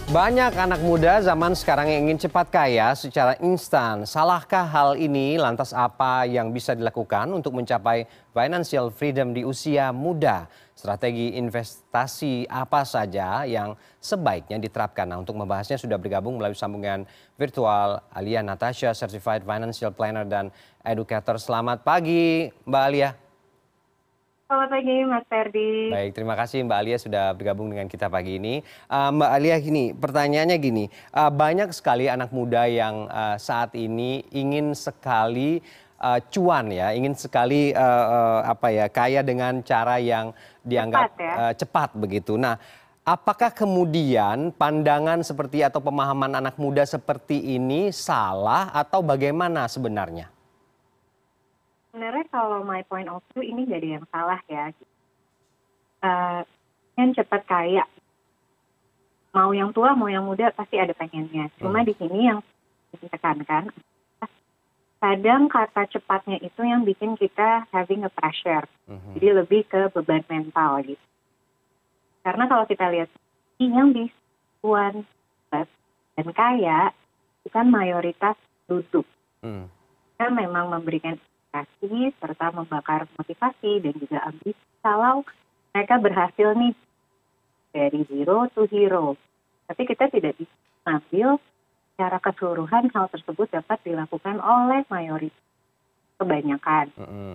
Banyak anak muda zaman sekarang yang ingin cepat kaya secara instan. Salahkah hal ini? Lantas apa yang bisa dilakukan untuk mencapai financial freedom di usia muda? Strategi investasi apa saja yang sebaiknya diterapkan? Nah, untuk membahasnya sudah bergabung melalui sambungan virtual Alia Natasha, Certified Financial Planner dan Educator. Selamat pagi, Mbak Alia. Selamat pagi, Mas Ferdi. Baik, terima kasih Mbak Alia sudah bergabung dengan kita pagi ini. Mbak Alia, pertanyaannya gini, banyak sekali anak muda yang saat ini ingin sekali cuan ya, ingin sekali kaya dengan cara yang dianggap Cepat ya. cepat begitu. Nah, apakah kemudian pandangan seperti atau pemahaman anak muda seperti ini salah atau bagaimana sebenarnya? Sebenarnya kalau my point of view ini jadi yang salah ya. Yang cepat kaya, mau yang tua mau yang muda pasti ada pengennya. Cuma di sini yang ditekankan, kadang kata cepatnya itu yang bikin kita having a pressure. Jadi lebih ke beban mental gitu. Karena kalau kita lihat yang di tuan dan kaya bukan mayoritas duduk. Kita memang memberikan edukasi serta membakar motivasi dan juga ambisi kalau mereka berhasil nih dari zero to hero. Tapi kita tidak bisa mengambil secara keseluruhan hal tersebut dapat dilakukan oleh mayoritas kebanyakan.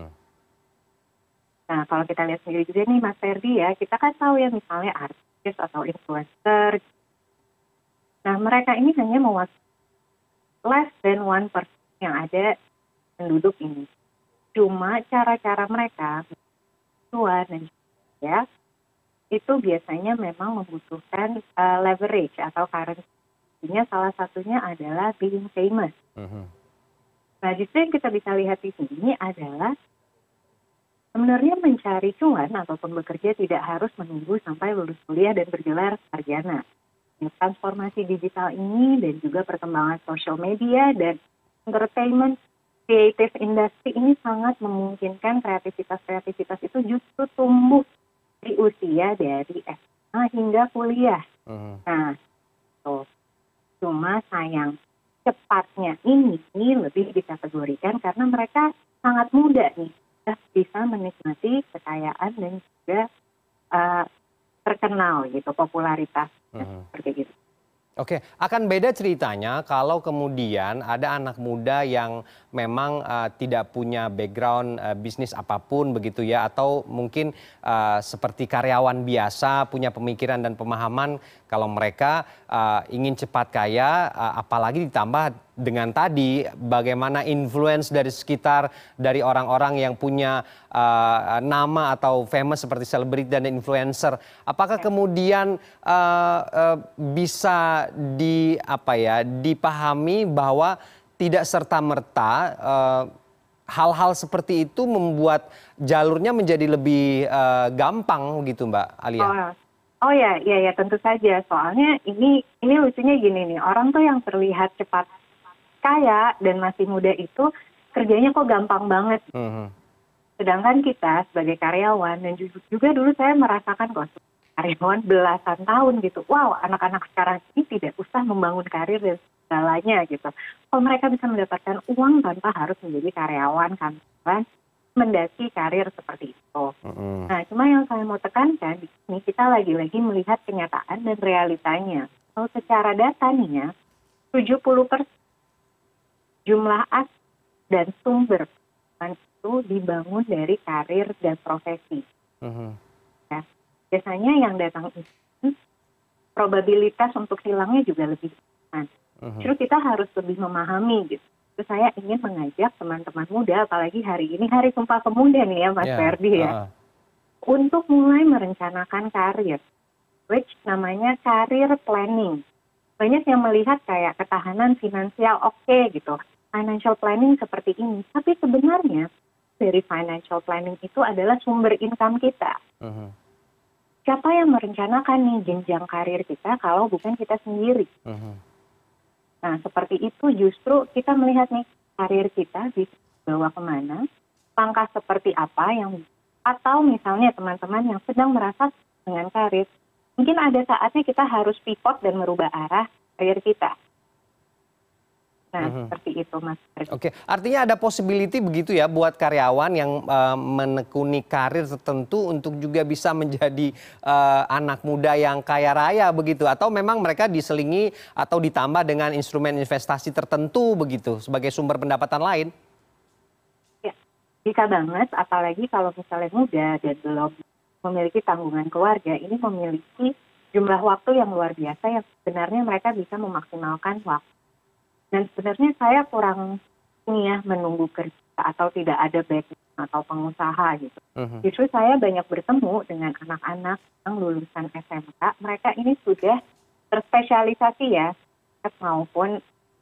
Nah, kalau kita lihat sendiri juga nih Mas Ferdi ya, kita kan tahu ya misalnya artis atau influencer. Nah, mereka ini hanya mewakili less than 1% yang ada penduduk ini. Cuma cara-cara mereka, tuan dan ya, itu biasanya memang membutuhkan leverage atau currency-nya salah satunya adalah being famous. Nah, justru yang kita bisa lihat di sini adalah sebenarnya mencari cuan ataupun bekerja tidak harus menunggu sampai lulus kuliah dan bergelar sarjana. Transformasi digital ini dan juga perkembangan social media dan entertainment creative industry ini sangat memungkinkan kreativitas itu justru tumbuh di usia dari SMA hingga kuliah. Nah, cuma sayang cepatnya ini lebih dikategorikan karena mereka sangat muda nih, sudah bisa menikmati kekayaan dan juga terkenal gitu, popularitasnya seperti gitu. Oke, akan beda ceritanya kalau kemudian ada anak muda yang memang tidak punya background bisnis apapun begitu ya, atau mungkin seperti karyawan biasa punya pemikiran dan pemahaman kalau mereka ingin cepat kaya, apalagi ditambah dengan tadi bagaimana influence dari sekitar, dari orang-orang yang punya nama atau famous seperti selebriti dan influencer. Apakah kemudian bisa dipahami bahwa tidak serta-merta hal-hal seperti itu membuat jalurnya menjadi lebih gampang gitu, Mbak Alia? Oh ya, tentu saja. Soalnya ini lucunya gini nih, orang tuh yang terlihat cepat kaya dan masih muda itu kerjanya kok gampang banget. Sedangkan kita sebagai karyawan dan juga dulu saya merasakan kok karyawan belasan tahun gitu. Wow, anak-anak sekarang ini tidak usah membangun karir dan segalanya gitu. Kalau mereka bisa mendapatkan uang tanpa harus menjadi karyawan kantoran, mendaki karir seperti itu. Nah, cuma yang saya mau tekankan di sini kita lagi-lagi melihat kenyataan dan realitanya. Kalau secara data nih ya, 70% jumlah aset dan sumber itu dibangun dari karir dan profesi. Ya, biasanya yang datang itu probabilitas untuk hilangnya juga lebih besar. Justru kita harus lebih memahami gitu. Terus saya ingin mengajak teman-teman muda, apalagi hari ini Hari Sumpah Pemuda nih ya Mas Ferdi ya, untuk mulai merencanakan karir, which namanya career planning. Banyak yang melihat kayak ketahanan finansial oke gitu, financial planning seperti ini. Tapi sebenarnya dari financial planning itu adalah sumber income kita. Siapa yang merencanakan nih jenjang karir kita kalau bukan kita sendiri? Nah, seperti itu justru kita melihat nih karir kita bisa dibawa kemana, langkah seperti apa yang, atau misalnya teman-teman yang sedang merasa dengan karir, mungkin ada saatnya kita harus pivot dan merubah arah karir kita. Nah, seperti itu Mas. Oke, artinya ada possibility begitu ya buat karyawan yang menekuni karir tertentu untuk juga bisa menjadi anak muda yang kaya raya begitu, atau memang mereka diselingi atau ditambah dengan instrumen investasi tertentu begitu sebagai sumber pendapatan lain? Ya, bisa banget, apalagi kalau misalnya muda dan belum memiliki tanggungan keluarga, ini memiliki jumlah waktu yang luar biasa yang sebenarnya mereka bisa memaksimalkan waktu. Dan sebenarnya saya kurang ini ya menunggu kerja atau tidak ada background atau pengusaha gitu. Justru saya banyak bertemu dengan anak-anak yang lulusan SMK, mereka ini sudah terspesialisasi ya, maupun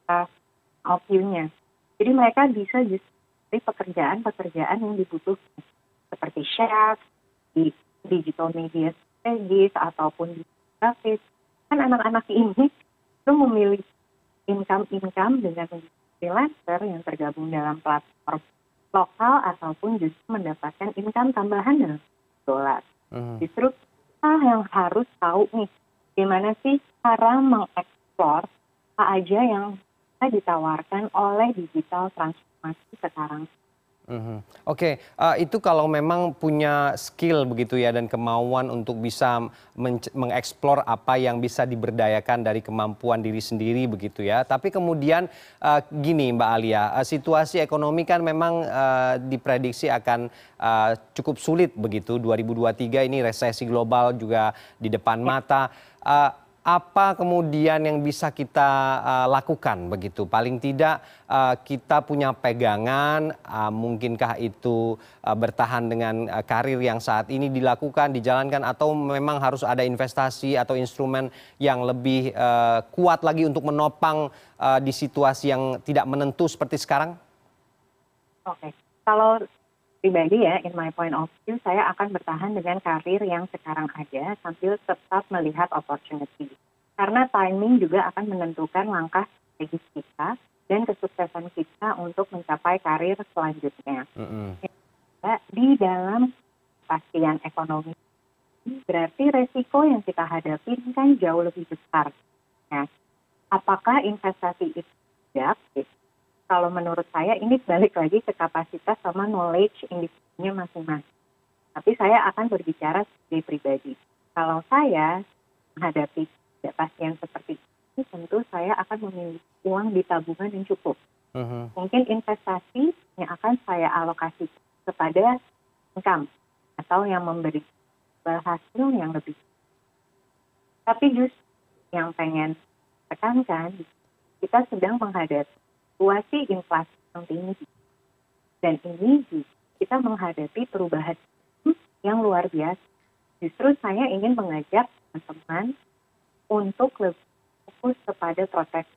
OQ-nya. Jadi mereka bisa justru dari pekerjaan-pekerjaan yang dibutuhkan, seperti chef, di digital media strategis, ataupun di grafis. Kan anak-anak ini itu memiliki income dengan freelancer yang tergabung dalam platform lokal ataupun justru mendapatkan income tambahan dalam dolar. Justru kita yang harus tahu nih, gimana sih cara mengeksplor apa aja yang bisa ditawarkan oleh digital transformasi sekarang. Oke, itu kalau memang punya skill begitu ya dan kemauan untuk bisa mengeksplor apa yang bisa diberdayakan dari kemampuan diri sendiri begitu ya. Tapi kemudian gini Mbak Alia, situasi ekonomi kan memang diprediksi akan cukup sulit begitu. 2023 ini resesi global juga di depan mata. Apa kemudian yang bisa kita lakukan begitu? Paling tidak kita punya pegangan, mungkinkah itu bertahan dengan karir yang saat ini dijalankan, atau memang harus ada investasi atau instrumen yang lebih kuat lagi untuk menopang di situasi yang tidak menentu seperti sekarang? Oke, kalau pribadi ya, in my point of view, saya akan bertahan dengan karir yang sekarang ada sambil tetap melihat opportunity. Karena timing juga akan menentukan langkah strategis kita dan kesuksesan kita untuk mencapai karir selanjutnya. Di dalam kepastian ekonomi, berarti resiko yang kita hadapi kan jauh lebih besar. Nah, apakah investasi itu tidak? Kalau menurut saya ini balik lagi ke kapasitas sama knowledge individunya masing-masing. Tapi saya akan berbicara sebagai pribadi. Kalau saya menghadapi ketidakpastian seperti ini, tentu saya akan memiliki uang di tabungan yang cukup. Mungkin investasi yang akan saya alokasi kepada income atau yang memberi hasil yang lebih. Tapi justru yang pengen tekankan, kita sedang menghadapi situasi inflasi yang tinggi. Dan ini kita menghadapi perubahan yang luar biasa. Justru saya ingin mengajak teman-teman untuk lebih fokus kepada proteksi.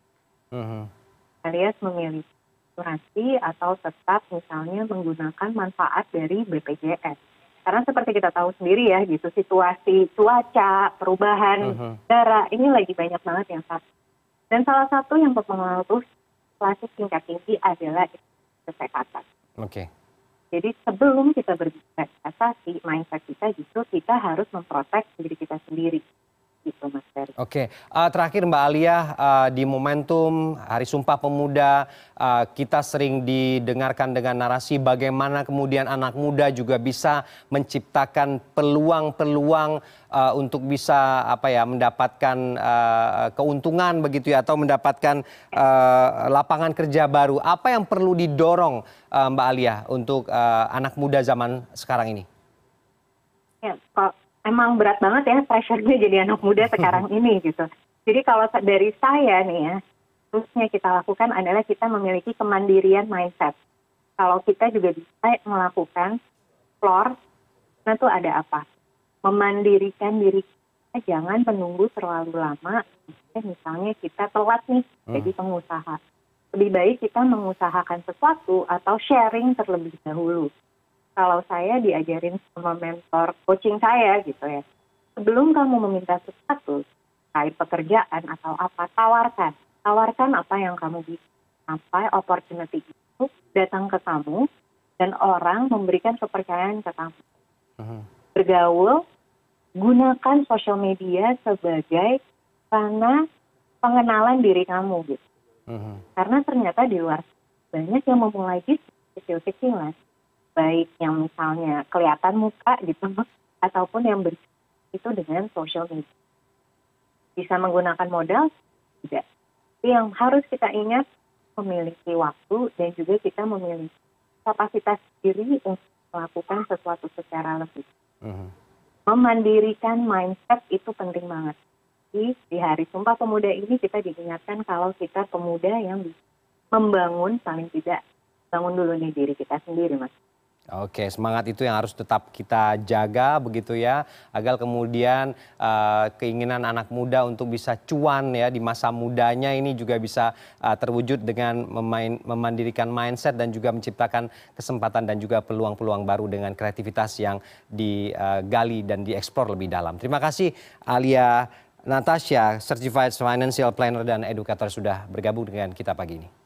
Alias memilih asuransi atau tetap misalnya menggunakan manfaat dari BPJS. Karena seperti kita tahu sendiri ya, gitu, situasi cuaca, perubahan udara, ini lagi banyak banget yang sakit. Dan salah satu yang berpengaruh inflasi tingkat tinggi adalah kesehatan. Jadi sebelum kita berbicara investasi, mindset kita justru kita harus memprotek diri kita sendiri. Gitu, Mas Ferry. Oke, terakhir Mbak Alia, di momentum Hari Sumpah Pemuda, kita sering didengarkan dengan narasi bagaimana kemudian anak muda juga bisa menciptakan peluang-peluang untuk bisa mendapatkan keuntungan begitu ya, atau mendapatkan lapangan kerja baru. Apa yang perlu didorong Mbak Alia untuk anak muda zaman sekarang ini? Ya, emang berat banget ya pressure-nya jadi anak muda sekarang ini gitu. Jadi kalau dari saya nih ya, terusnya kita lakukan adalah kita memiliki kemandirian mindset. Kalau kita juga bisa melakukan explore, nah itu ada apa? Memandirikan diri kita, jangan menunggu terlalu lama. Misalnya kita telat nih jadi pengusaha. Lebih baik kita mengusahakan sesuatu atau sharing terlebih dahulu. Kalau saya diajarin sama mentor coaching saya gitu ya, sebelum kamu meminta sesuatu, kait pekerjaan atau apa, tawarkan apa yang kamu bisa. Sampai opportunity itu datang ke kamu dan orang memberikan kepercayaan ke kamu. Bergaul gunakan social media sebagai sarana pengenalan diri kamu gitu. Karena ternyata di luar banyak yang memulai bisnis kecil-kecilan, baik yang misalnya kelihatan muka gitu, ataupun yang itu dengan social media. Bisa menggunakan modal? Tidak. Tapi yang harus kita ingat, memiliki waktu dan juga kita memiliki kapasitas diri untuk melakukan sesuatu secara lebih. Memandirikan mindset itu penting banget. Di Hari Sumpah Pemuda ini kita diingatkan kalau kita pemuda yang bisa membangun, paling tidak bangun dulu nih diri kita sendiri, Mas. Oke, semangat itu yang harus tetap kita jaga begitu ya, agar kemudian keinginan anak muda untuk bisa cuan ya di masa mudanya ini juga bisa terwujud dengan memandirikan mindset dan juga menciptakan kesempatan dan juga peluang-peluang baru dengan kreativitas yang digali dan dieksplor lebih dalam. Terima kasih Alia Natasha, Certified Financial Planner dan Educator sudah bergabung dengan kita pagi ini.